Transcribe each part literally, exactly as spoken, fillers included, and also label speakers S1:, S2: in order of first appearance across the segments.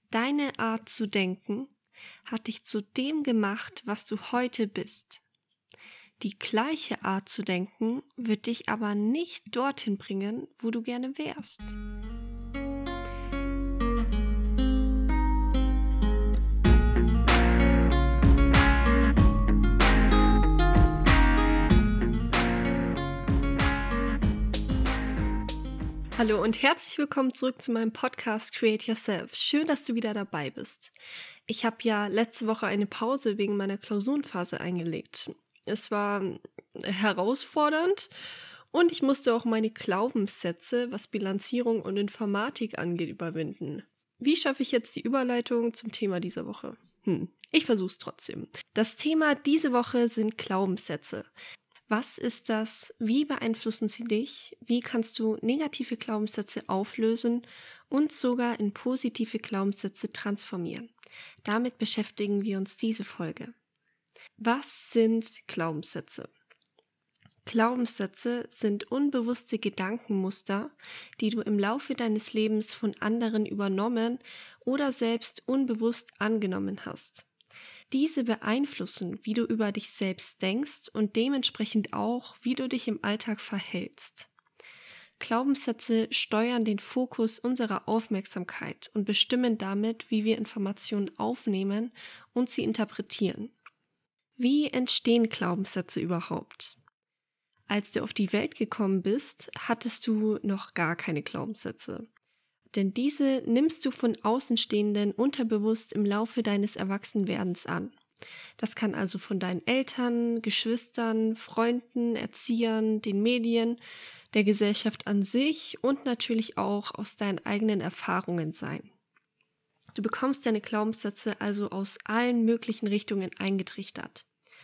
S1: Deine Art zu denken hat dich zu dem gemacht, was du heute bist. Die gleiche Art zu denken wird dich aber nicht dorthin bringen, wo du gerne wärst. Hallo und herzlich willkommen zurück zu meinem Podcast Create Yourself. Schön, dass du wieder dabei bist. Ich habe ja letzte Woche eine Pause wegen meiner Klausurenphase eingelegt. Es war herausfordernd und ich musste auch meine Glaubenssätze, was Bilanzierung und Informatik angeht, überwinden. Wie schaffe ich jetzt die Überleitung zum Thema dieser Woche? Hm, ich versuche es trotzdem. Das Thema diese Woche sind Glaubenssätze. Was ist das? Wie beeinflussen sie dich? Wie kannst du negative Glaubenssätze auflösen und sogar in positive Glaubenssätze transformieren? Damit beschäftigen wir uns diese Folge. Was sind Glaubenssätze? Glaubenssätze sind unbewusste Gedankenmuster, die du im Laufe deines Lebens von anderen übernommen oder selbst unbewusst angenommen hast. Diese beeinflussen, wie du über dich selbst denkst und dementsprechend auch, wie du dich im Alltag verhältst. Glaubenssätze steuern den Fokus unserer Aufmerksamkeit und bestimmen damit, wie wir Informationen aufnehmen und sie interpretieren. Wie entstehen Glaubenssätze überhaupt? Als du auf die Welt gekommen bist, hattest du noch gar keine Glaubenssätze. Denn diese nimmst du von Außenstehenden unterbewusst im Laufe deines Erwachsenwerdens an. Das kann also von deinen Eltern, Geschwistern, Freunden, Erziehern, den Medien, der Gesellschaft an sich und natürlich auch aus deinen eigenen Erfahrungen sein. Du bekommst deine Glaubenssätze also aus allen möglichen Richtungen eingetrichtert.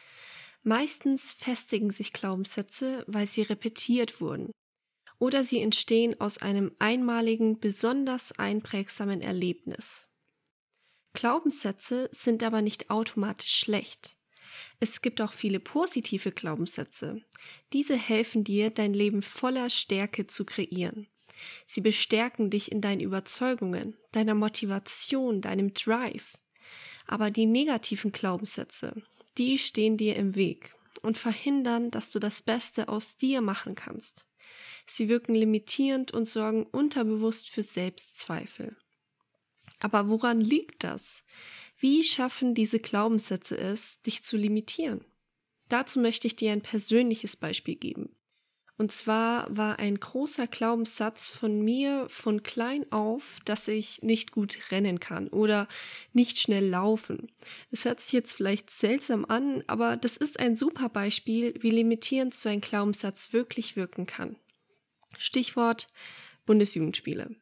S1: Meistens festigen sich Glaubenssätze, weil sie repetiert wurden. Oder sie entstehen aus einem einmaligen, besonders einprägsamen Erlebnis. Glaubenssätze sind aber nicht automatisch schlecht. Es gibt auch viele positive Glaubenssätze. Diese helfen dir, dein Leben voller Stärke zu kreieren. Sie bestärken dich in deinen Überzeugungen, deiner Motivation, deinem Drive. Aber die negativen Glaubenssätze, die stehen dir im Weg und verhindern, dass du das Beste aus dir machen kannst. Sie wirken limitierend und sorgen unterbewusst für Selbstzweifel. Aber woran liegt das? Wie schaffen diese Glaubenssätze es, dich zu limitieren? Dazu möchte ich dir ein persönliches Beispiel geben. Und zwar war ein großer Glaubenssatz von mir von klein auf, dass ich nicht gut rennen kann oder nicht schnell laufen. Es hört sich jetzt vielleicht seltsam an, aber das ist ein super Beispiel, wie limitierend so ein Glaubenssatz wirklich wirken kann. Stichwort Bundesjugendspiele.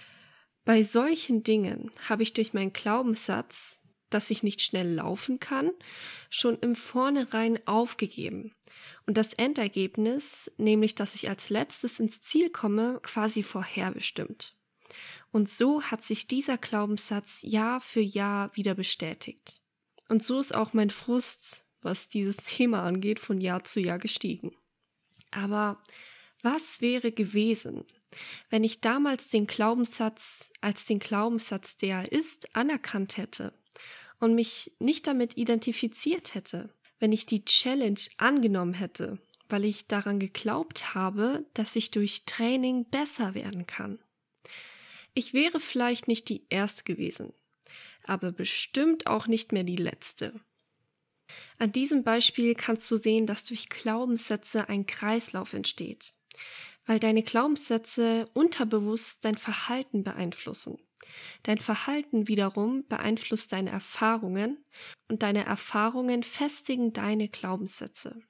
S1: Bei solchen Dingen habe ich durch meinen Glaubenssatz, dass ich nicht schnell laufen kann, schon im Vornherein aufgegeben. Und das Endergebnis, nämlich dass ich als letztes ins Ziel komme, quasi vorherbestimmt. Und so hat sich dieser Glaubenssatz Jahr für Jahr wieder bestätigt. Und so ist auch mein Frust, was dieses Thema angeht, von Jahr zu Jahr gestiegen. Aber was wäre gewesen, wenn ich damals den Glaubenssatz als den Glaubenssatz, der er ist, anerkannt hätte und mich nicht damit identifiziert hätte, wenn ich die Challenge angenommen hätte, weil ich daran geglaubt habe, dass ich durch Training besser werden kann? Ich wäre vielleicht nicht die Erste gewesen, aber bestimmt auch nicht mehr die Letzte. An diesem Beispiel kannst du sehen, dass durch Glaubenssätze ein Kreislauf entsteht. Weil deine Glaubenssätze unterbewusst dein Verhalten beeinflussen. Dein Verhalten wiederum beeinflusst deine Erfahrungen und deine Erfahrungen festigen deine Glaubenssätze.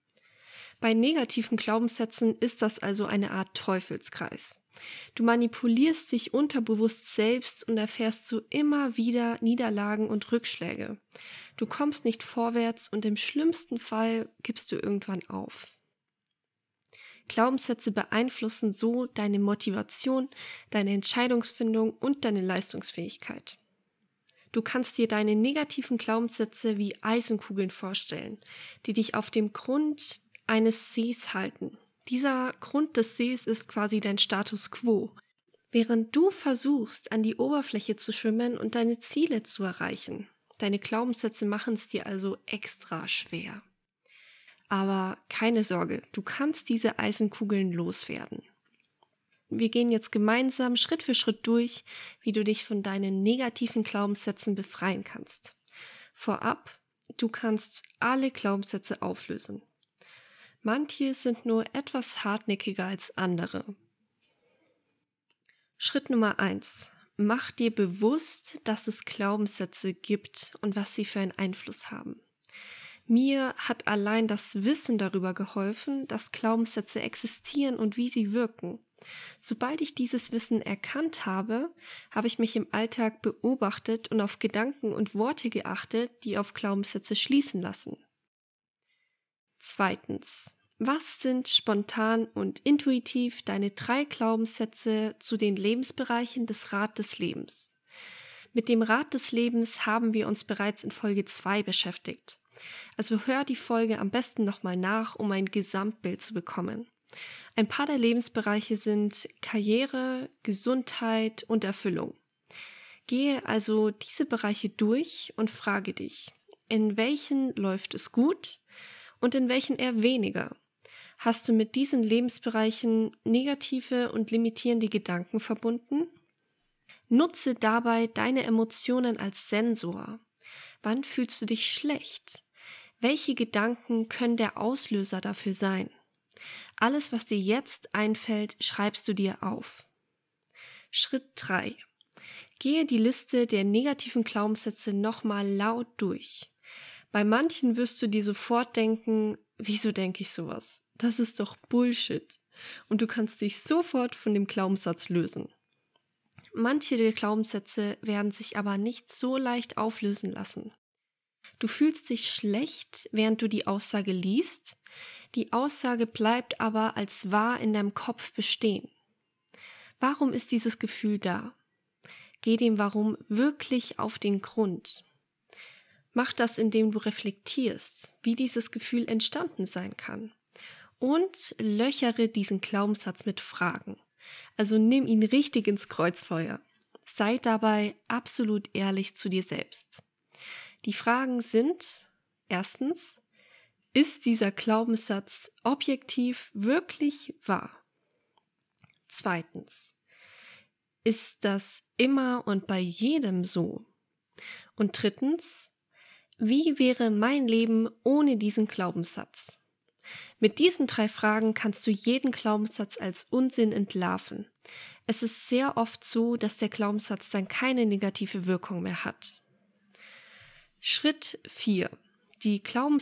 S1: Bei negativen Glaubenssätzen ist das also eine Art Teufelskreis. Du manipulierst dich unterbewusst selbst und erfährst so immer wieder Niederlagen und Rückschläge. Du kommst nicht vorwärts und im schlimmsten Fall gibst du irgendwann auf. Glaubenssätze beeinflussen so deine Motivation, deine Entscheidungsfindung und deine Leistungsfähigkeit. Du kannst dir deine negativen Glaubenssätze wie Eisenkugeln vorstellen, die dich auf dem Grund eines Sees halten. Dieser Grund des Sees ist quasi dein Status quo. Während du versuchst, an die Oberfläche zu schwimmen und deine Ziele zu erreichen. Deine Glaubenssätze machen es dir also extra schwer. Aber keine Sorge, du kannst diese Eisenkugeln loswerden. Wir gehen jetzt gemeinsam Schritt für Schritt durch, wie du dich von deinen negativen Glaubenssätzen befreien kannst. Vorab, du kannst alle Glaubenssätze auflösen. Manche sind nur etwas hartnäckiger als andere. Schritt Nummer eins. Mach dir bewusst, dass es Glaubenssätze gibt und was sie für einen Einfluss haben. Mir hat allein das Wissen darüber geholfen, dass Glaubenssätze existieren und wie sie wirken. Sobald ich dieses Wissen erkannt habe, habe ich mich im Alltag beobachtet und auf Gedanken und Worte geachtet, die auf Glaubenssätze schließen lassen. Zweitens. Was sind spontan und intuitiv deine drei Glaubenssätze zu den Lebensbereichen des Rad des Lebens? Mit dem Rad des Lebens haben wir uns bereits in Folge zwei beschäftigt. Also hör die Folge am besten nochmal nach, um ein Gesamtbild zu bekommen. Ein paar der Lebensbereiche sind Karriere, Gesundheit und Erfüllung. Gehe also diese Bereiche durch und frage dich, in welchen läuft es gut und in welchen eher weniger? Hast du mit diesen Lebensbereichen negative und limitierende Gedanken verbunden? Nutze dabei deine Emotionen als Sensor. Wann fühlst du dich schlecht? Welche Gedanken können der Auslöser dafür sein? Alles, was dir jetzt einfällt, schreibst du dir auf. Schritt drei. Gehe die Liste der negativen Glaubenssätze nochmal laut durch. Bei manchen wirst du dir sofort denken, wieso denke ich sowas? Das ist doch Bullshit. Und du kannst dich sofort von dem Glaubenssatz lösen. Manche der Glaubenssätze werden sich aber nicht so leicht auflösen lassen. Du fühlst dich schlecht, während du die Aussage liest. Die Aussage bleibt aber als wahr in deinem Kopf bestehen. Warum ist dieses Gefühl da? Geh dem Warum wirklich auf den Grund. Mach das, indem du reflektierst, wie dieses Gefühl entstanden sein kann. Und löchere diesen Glaubenssatz mit Fragen. Also nimm ihn richtig ins Kreuzfeuer. Sei dabei absolut ehrlich zu dir selbst. Die Fragen sind: Erstens, ist dieser Glaubenssatz objektiv wirklich wahr? Zweitens, ist das immer und bei jedem so? Und drittens, wie wäre mein Leben ohne diesen Glaubenssatz? Mit diesen drei Fragen kannst du jeden Glaubenssatz als Unsinn entlarven. Es ist sehr oft so, dass der Glaubenssatz dann keine negative Wirkung mehr hat. Schritt vier. Die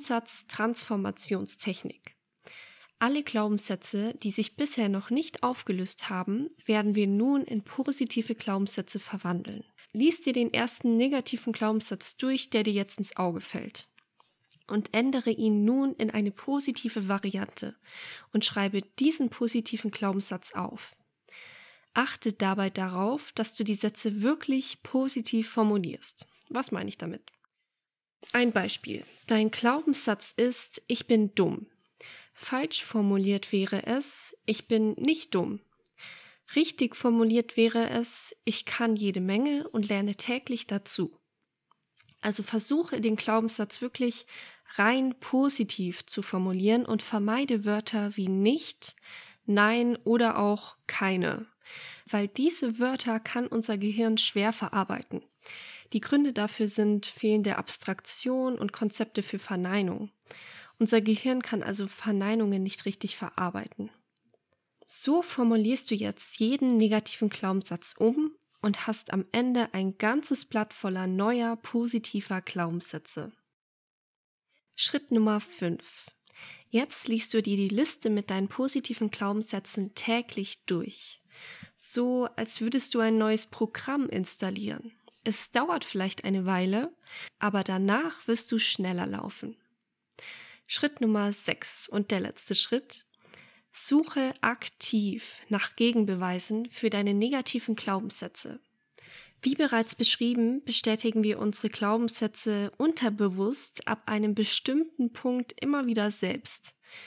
S1: Glaubenssatz-Transformationstechnik. Alle Glaubenssätze, die sich bisher noch nicht aufgelöst haben, werden wir nun in positive Glaubenssätze verwandeln. Lies dir den ersten negativen Glaubenssatz durch, der dir jetzt ins Auge fällt. Und ändere ihn nun in eine positive Variante und schreibe diesen positiven Glaubenssatz auf. Achte dabei darauf, dass du die Sätze wirklich positiv formulierst. Was meine ich damit? Ein Beispiel. Dein Glaubenssatz ist: Ich bin dumm. Falsch formuliert wäre es: Ich bin nicht dumm. Richtig formuliert wäre es: Ich kann jede Menge und lerne täglich dazu. Also versuche den Glaubenssatz wirklich rein positiv zu formulieren und vermeide Wörter wie nicht, nein oder auch keine, weil diese Wörter kann unser Gehirn schwer verarbeiten. Die Gründe dafür sind fehlende Abstraktion und Konzepte für Verneinung. Unser Gehirn kann also Verneinungen nicht richtig verarbeiten. So formulierst du jetzt jeden negativen Glaubenssatz um und hast am Ende ein ganzes Blatt voller neuer, positiver Glaubenssätze. Schritt Nummer fünf. Jetzt liest du dir die Liste mit deinen positiven Glaubenssätzen täglich durch. So, als würdest du ein neues Programm installieren. Es dauert vielleicht eine Weile, aber danach wirst du schneller laufen. Schritt Nummer sechs und der letzte Schritt. Suche aktiv nach Gegenbeweisen für deine negativen Glaubenssätze. Wie bereits beschrieben, bestätigen wir unsere Glaubenssätze unterbewusst ab einem bestimmten Punkt immer wieder selbst.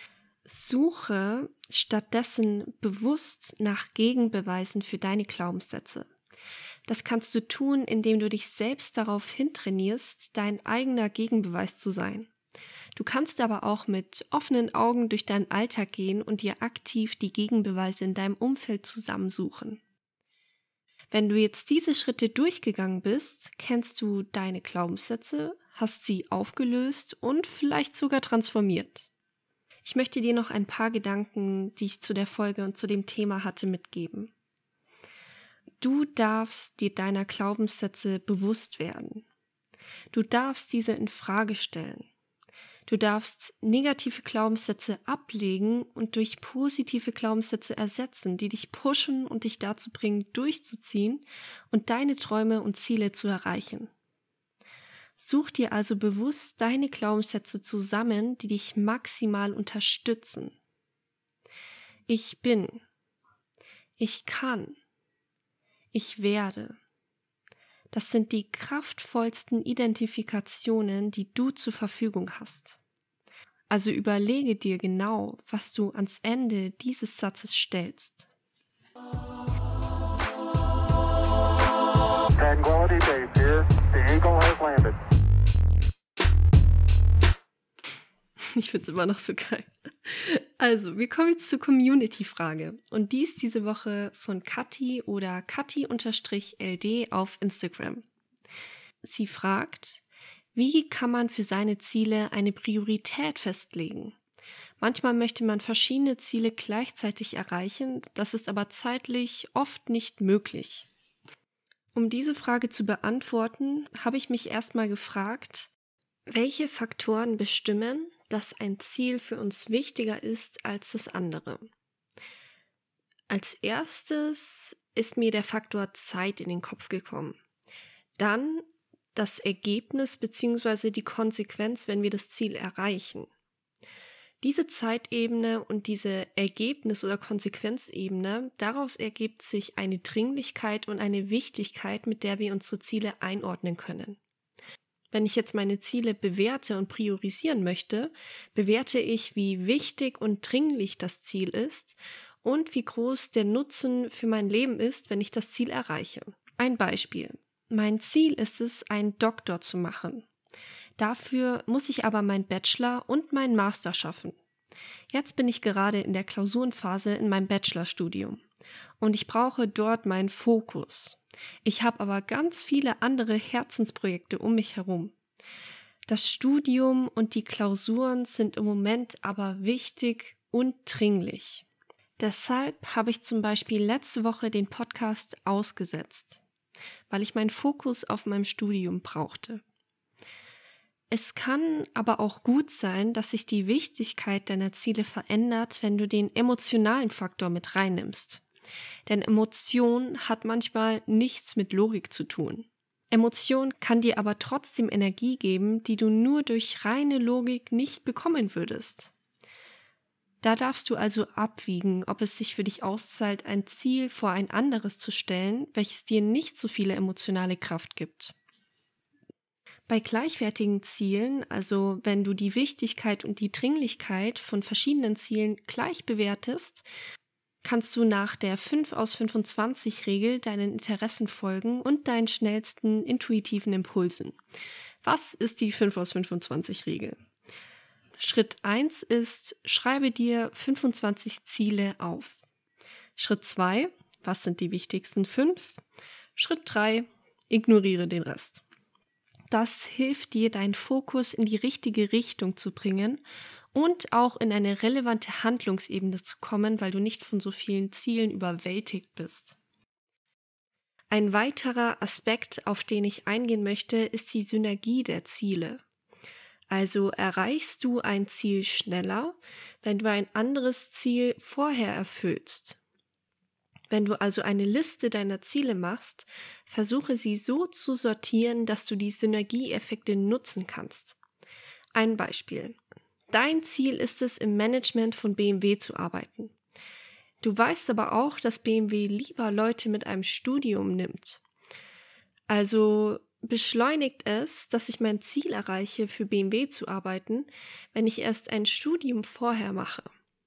S1: Suche stattdessen bewusst nach Gegenbeweisen für deine Glaubenssätze. Das kannst du tun, indem du dich selbst darauf hintrainierst, dein eigener Gegenbeweis zu sein. Du kannst aber auch mit offenen Augen durch deinen Alltag gehen und dir aktiv die Gegenbeweise in deinem Umfeld zusammensuchen. Wenn du jetzt diese Schritte durchgegangen bist, kennst du deine Glaubenssätze, hast sie aufgelöst und vielleicht sogar transformiert. Ich möchte dir noch ein paar Gedanken, die ich zu der Folge und zu dem Thema hatte, mitgeben. Du darfst dir deiner Glaubenssätze bewusst werden. Du darfst diese in Frage stellen. Du darfst negative Glaubenssätze ablegen und durch positive Glaubenssätze ersetzen, die dich pushen und dich dazu bringen, durchzuziehen und deine Träume und Ziele zu erreichen. Such dir also bewusst deine Glaubenssätze zusammen, die dich maximal unterstützen. Ich bin. Ich kann. Ich werde. Das sind die kraftvollsten Identifikationen, die du zur Verfügung hast. Also überlege dir genau, was du ans Ende dieses Satzes stellst. Tranquility Base here. The Eagle has landed. Ich finde es immer noch so geil. Also, wir kommen jetzt zur Community-Frage. Und die ist diese Woche von Kathi oder Kathi-L D auf Instagram. Sie fragt, wie kann man für seine Ziele eine Priorität festlegen? Manchmal möchte man verschiedene Ziele gleichzeitig erreichen, das ist aber zeitlich oft nicht möglich. Um diese Frage zu beantworten, habe ich mich erstmal gefragt, welche Faktoren bestimmen, dass ein Ziel für uns wichtiger ist als das andere? Als erstes ist mir der Faktor Zeit in den Kopf gekommen. Dann das Ergebnis bzw. die Konsequenz, wenn wir das Ziel erreichen. Diese Zeitebene und diese Ergebnis- oder Konsequenzebene, daraus ergibt sich eine Dringlichkeit und eine Wichtigkeit, mit der wir unsere Ziele einordnen können. Wenn ich jetzt meine Ziele bewerte und priorisieren möchte, bewerte ich, wie wichtig und dringlich das Ziel ist und wie groß der Nutzen für mein Leben ist, wenn ich das Ziel erreiche. Ein Beispiel. Mein Ziel ist es, einen Doktor zu machen. Dafür muss ich aber meinen Bachelor und meinen Master schaffen. Jetzt bin ich gerade in der Klausurenphase in meinem Bachelorstudium und ich brauche dort meinen Fokus. Ich habe aber ganz viele andere Herzensprojekte um mich herum. Das Studium und die Klausuren sind im Moment aber wichtig und dringlich. Deshalb habe ich zum Beispiel letzte Woche den Podcast ausgesetzt, weil ich meinen Fokus auf meinem Studium brauchte. Es kann aber auch gut sein, dass sich die Wichtigkeit deiner Ziele verändert, wenn du den emotionalen Faktor mit reinnimmst. Denn Emotion hat manchmal nichts mit Logik zu tun. Emotion kann dir aber trotzdem Energie geben, die du nur durch reine Logik nicht bekommen würdest. Da darfst du also abwiegen, ob es sich für dich auszahlt, ein Ziel vor ein anderes zu stellen, welches dir nicht so viele emotionale Kraft gibt. Bei gleichwertigen Zielen, also wenn du die Wichtigkeit und die Dringlichkeit von verschiedenen Zielen gleich bewertest, kannst du nach der fünf aus fünfundzwanzig Regel deinen Interessen folgen und deinen schnellsten intuitiven Impulsen. Was ist die fünf aus fünfundzwanzig Regel? Schritt eins ist, schreibe dir fünfundzwanzig Ziele auf. Schritt zwei, was sind die wichtigsten fünf? Schritt drei, ignoriere den Rest. Das hilft dir, deinen Fokus in die richtige Richtung zu bringen und auch in eine relevante Handlungsebene zu kommen, weil du nicht von so vielen Zielen überwältigt bist. Ein weiterer Aspekt, auf den ich eingehen möchte, ist die Synergie der Ziele. Also erreichst du ein Ziel schneller, wenn du ein anderes Ziel vorher erfüllst. Wenn du also eine Liste deiner Ziele machst, versuche sie so zu sortieren, dass du die Synergieeffekte nutzen kannst. Ein Beispiel. Dein Ziel ist es, im Management von B M W zu arbeiten. Du weißt aber auch, dass B M W lieber Leute mit einem Studium nimmt. Also beschleunigt es, dass ich mein Ziel erreiche, für B M W zu arbeiten, wenn ich erst ein Studium vorher mache.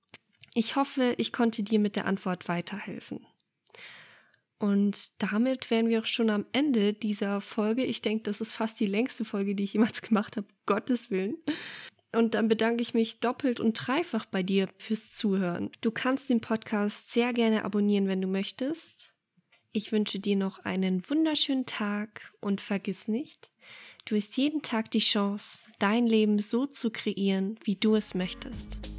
S1: Ich hoffe, ich konnte dir mit der Antwort weiterhelfen. Und damit wären wir auch schon am Ende dieser Folge. Ich denke, das ist fast die längste Folge, die ich jemals gemacht habe, Gottes Willen. Und dann bedanke ich mich doppelt und dreifach bei dir fürs Zuhören. Du kannst den Podcast sehr gerne abonnieren, wenn du möchtest. Ich wünsche dir noch einen wunderschönen Tag und vergiss nicht, du hast jeden Tag die Chance, dein Leben so zu kreieren, wie du es möchtest.